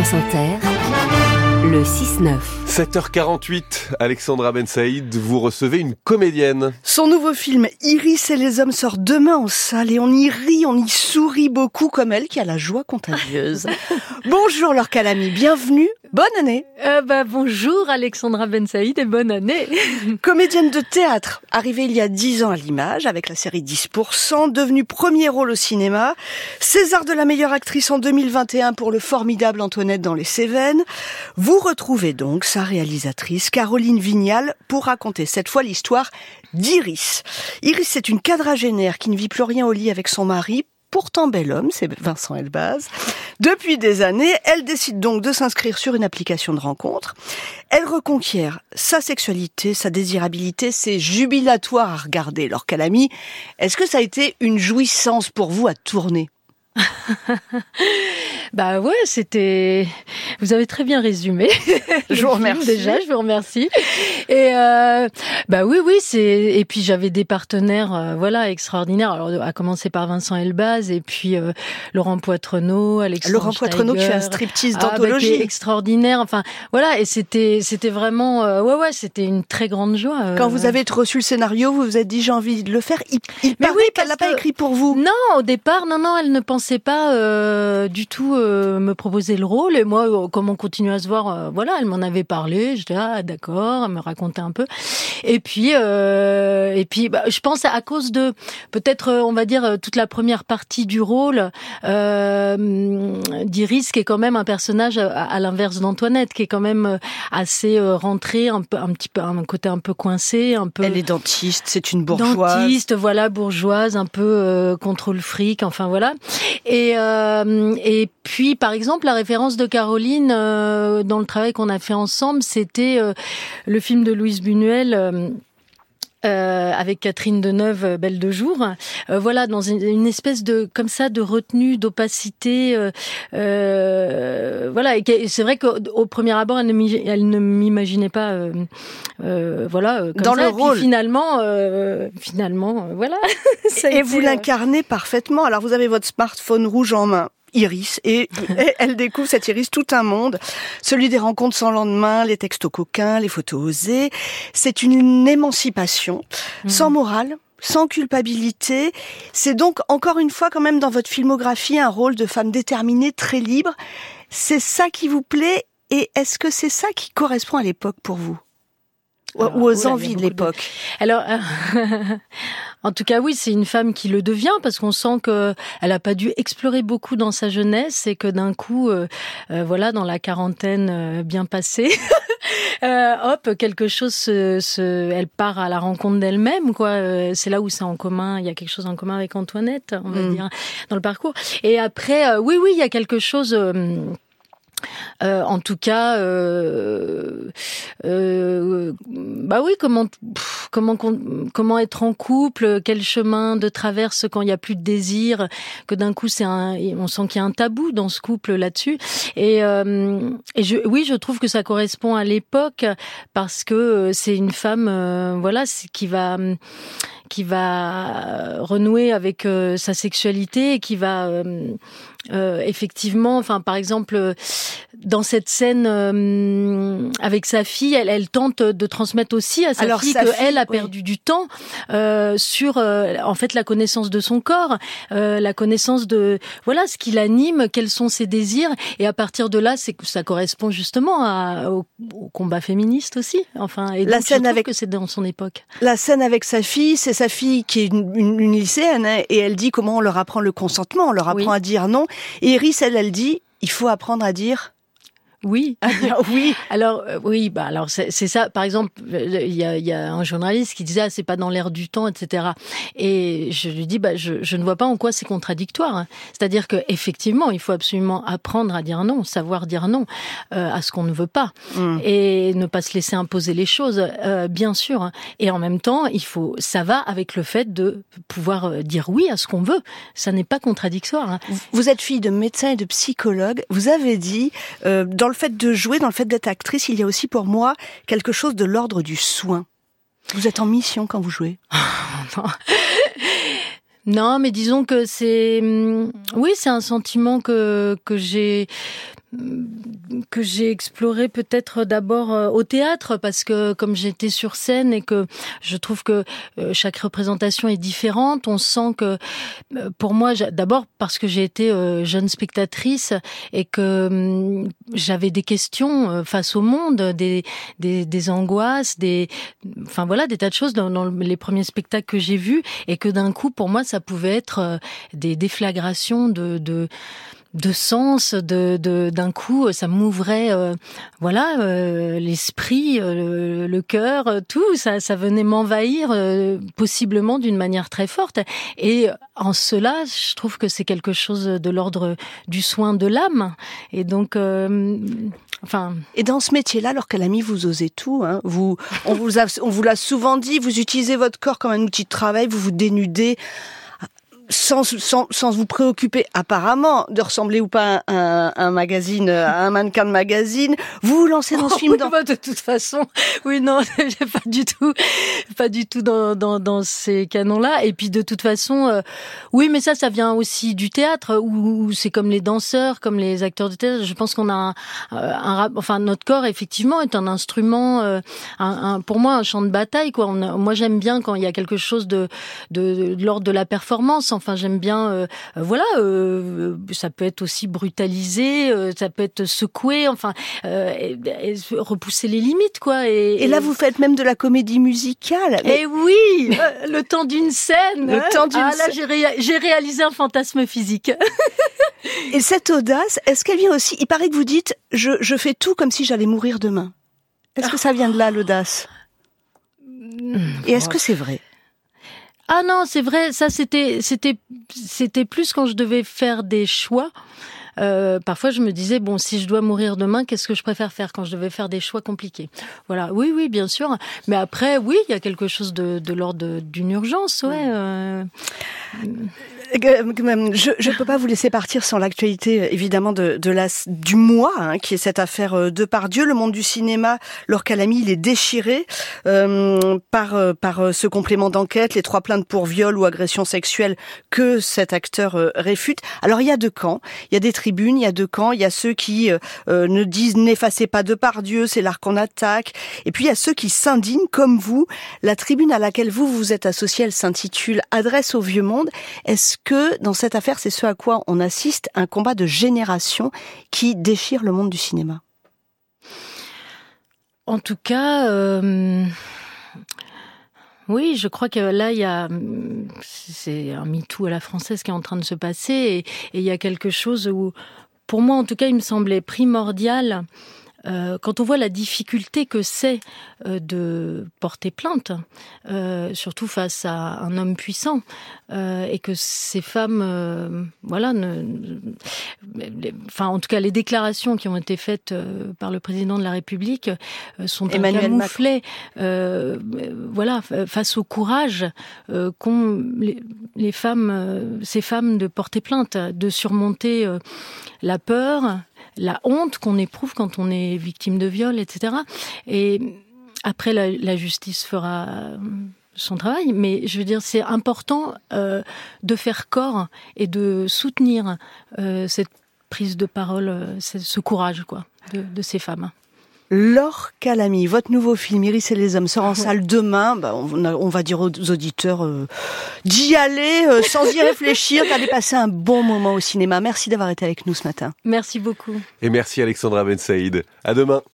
France Inter, le 6-9. 7h48, Alexandra Ben Saïd, vous recevez une comédienne. Son nouveau film Iris et les hommes sort demain en salle et on y rit, on y sourit beaucoup comme elle qui a la joie contagieuse. Bonjour Laure Calamy, bienvenue, bonne année. Bonjour Alexandra Ben Saïd et bonne année. Comédienne de théâtre, arrivée il y a 10 ans à l'image avec la série 10%, devenue premier rôle au cinéma, César de la meilleure actrice en 2021 pour le formidable Antoinette dans les Cévennes. Vous retrouvez donc sa réalisatrice Caroline Vignal pour raconter cette fois l'histoire d'Iris. Iris, c'est une quadragénaire qui ne vit plus rien au lit avec son mari, pourtant bel homme, c'est Vincent Elbaz. Depuis des années, elle décide donc de s'inscrire sur une application de rencontre. Elle reconquiert sa sexualité, sa désirabilité, c'est jubilatoire à regarder. Laure Calamy, est-ce que ça a été une jouissance pour vous à tourner ? Ouais, c'était... Vous avez très bien résumé. Je vous remercie. Déjà, je vous remercie. Et oui, c'est... Et puis j'avais des partenaires, extraordinaires. Alors, à commencer par Vincent Elbaz et puis Laurent Poitrenaud, Alexandre Laurent Poitrenaud qui fait un striptease d'anthologie. Qui est extraordinaire. Enfin, voilà. Et c'était vraiment, c'était une très grande joie. Quand vous avez reçu le scénario, vous vous êtes dit j'ai envie de le faire. Il paraît qu'elle l'a pas écrit pour vous. Non, au départ, non, elle ne pensait pas du tout me proposer le rôle. Et moi, comme on continue à se voir, elle m'en avait parlé. J'étais d'accord, elle me racontait un peu. Et puis, je pense à cause de peut-être, on va dire, toute la première partie du rôle d'Iris, qui est quand même un personnage à l'inverse d'Antoinette, qui est quand même assez rentrée, un petit peu un côté un peu coincé, un peu. Elle est dentiste, c'est une bourgeoise. Dentiste, bourgeoise, un peu contre le fric, enfin voilà. Et puis, par exemple, la référence de Caroline dans le travail qu'on a fait ensemble, c'était le film de Louise Buñuel. Avec Catherine Deneuve, Belle de jour, dans une espèce de comme ça de retenue, d'opacité, et c'est vrai qu'au premier abord elle ne m'imaginait pas comme dans ça. le rôle. Puis finalement, voilà. Et vous l'incarnez parfaitement. Alors vous avez votre smartphone rouge en main. Iris, et elle découvre cette Iris tout un monde, celui des rencontres sans lendemain, les textos coquins, les photos osées. C'est une émancipation, sans morale, sans culpabilité. C'est donc, encore une fois, quand même, dans votre filmographie, un rôle de femme déterminée, très libre. C'est ça qui vous plaît, et est-ce que c'est ça qui correspond à l'époque pour vous ? Ou aux envies de l'époque. Alors, en tout cas, oui, c'est une femme qui le devient parce qu'on sent que elle a pas dû explorer beaucoup dans sa jeunesse et que d'un coup, dans la quarantaine bien passée, quelque chose elle part à la rencontre d'elle-même, quoi. C'est là où c'est en commun. Il y a quelque chose en commun avec Antoinette, on va dire, dans le parcours. Et après, il y a quelque chose. En tout cas, comment être en couple, quel chemin de traverse quand il y a plus de désir, que d'un coup on sent qu'il y a un tabou dans ce couple là-dessus. Je trouve que ça correspond à l'époque parce que c'est une femme, qui va renouer avec sa sexualité et qui va effectivement, par exemple, dans cette scène avec sa fille, elle tente de transmettre aussi à sa fille qu'elle a perdu du temps sur en fait la connaissance de son corps, la connaissance de ce qui l'anime, quels sont ses désirs, et à partir de là, ça correspond justement au combat féministe aussi. Et donc, je trouve que c'est dans son époque. La scène avec sa fille, c'est sa fille qui est une lycéenne, et elle dit comment on leur apprend le consentement, on leur apprend à dire non. Et Iris, elle dit, il faut apprendre à dire oui. Oui. Alors c'est ça. Par exemple, il y a un journaliste qui disait c'est pas dans l'air du temps, etc. Et je lui dis je ne vois pas en quoi c'est contradictoire. Hein. C'est-à-dire que effectivement, il faut absolument apprendre à dire non, savoir dire non à ce qu'on ne veut pas et ne pas se laisser imposer les choses, bien sûr. Hein. Et en même temps, ça va avec le fait de pouvoir dire oui à ce qu'on veut. Ça n'est pas contradictoire. Hein. Vous êtes fille de médecin et de psychologue. Vous avez dit dans le fait de jouer, dans le fait d'être actrice, il y a aussi pour moi quelque chose de l'ordre du soin. Vous êtes en mission quand vous jouez. Non, mais disons que c'est un sentiment que j'ai que j'ai exploré peut-être d'abord au théâtre, parce que comme j'étais sur scène et que je trouve que chaque représentation est différente, on sent que pour moi, d'abord parce que j'ai été jeune spectatrice et que j'avais des questions face au monde, des angoisses, des tas de choses dans les premiers spectacles que j'ai vus, et que d'un coup, pour moi, ça pouvait être des déflagrations de sens, d'un coup, ça m'ouvrait, l'esprit, le cœur, tout, ça venait m'envahir, possiblement d'une manière très forte. Et en cela, je trouve que c'est quelque chose de l'ordre du soin de l'âme. Et donc, Et dans ce métier-là, alors Calamy, vous osez tout, hein. On vous l'a souvent dit, vous utilisez votre corps comme un outil de travail, vous vous dénudez, sans vous préoccuper apparemment de ressembler ou pas à un magazine, à un mannequin de magazine. Vous vous lancez dans ce film de toute façon, oui, non, pas du tout dans ces canons-là. Et puis de toute façon, oui, mais ça vient aussi du théâtre, où c'est comme les danseurs, comme les acteurs de théâtre. Je pense qu'on a notre corps effectivement est un instrument, pour moi un champ de bataille, quoi. Moi j'aime bien quand il y a quelque chose de l'ordre de la performance. Enfin, j'aime bien, ça peut être aussi brutalisé, ça peut être secoué, et repousser les limites, quoi. Et là, vous faites même de la comédie musicale. Et oui, le temps d'une scène. Là, j'ai réalisé un fantasme physique. Et cette audace, est-ce qu'elle vient aussi? Il paraît que vous dites, je fais tout comme si j'allais mourir demain. Est-ce que ça vient de là, l'audace? Et est-ce que c'est vrai? Ah non, c'est vrai, ça c'était plus quand je devais faire des choix. Parfois je me disais, bon, si je dois mourir demain, qu'est-ce que je préfère faire quand je devais faire des choix compliqués? Voilà, oui, bien sûr. Mais après, oui, il y a quelque chose de l'ordre d'une urgence, ouais. Je peux pas vous laisser partir sans l'actualité, évidemment, du mois, hein, qui est cette affaire Depardieu. Le monde du cinéma, Laure Calamy, il est déchiré par ce complément d'enquête, les 3 plaintes pour viol ou agression sexuelle que cet acteur réfute. Alors il y a 2 camps, il y a des tribunes, il y a 2 camps, il y a ceux qui ne disent n'effacez pas Depardieu, c'est l'art qu'on attaque, et puis il y a ceux qui s'indignent comme vous. La tribune à laquelle vous êtes associé, elle s'intitule Adresse au vieux monde. Est-ce que dans cette affaire, c'est ce à quoi on assiste, un combat de génération qui déchire le monde du cinéma? En tout cas, oui, je crois que là, c'est un MeToo à la française qui est en train de se passer, et il y a quelque chose où, pour moi en tout cas, il me semblait primordial, quand on voit la difficulté que c'est de porter plainte, surtout face à un homme puissant, et que ces femmes, en tout cas, les déclarations qui ont été faites par le président de la République sont un camouflet, face au courage qu'ont les femmes, ces femmes, de porter plainte, de surmonter la peur, la honte qu'on éprouve quand on est victime de viol, etc. Et après, la justice fera son travail, mais je veux dire, c'est important de faire corps et de soutenir cette prise de parole, ce courage, quoi, de ces femmes. Laure Calamy, votre nouveau film Iris et les hommes sort en salle demain. On va dire aux auditeurs d'y aller sans y réfléchir, d'aller passer un bon moment au cinéma. Merci d'avoir été avec nous ce matin. Merci beaucoup. Et merci Alexandra Ben Saïd. À demain.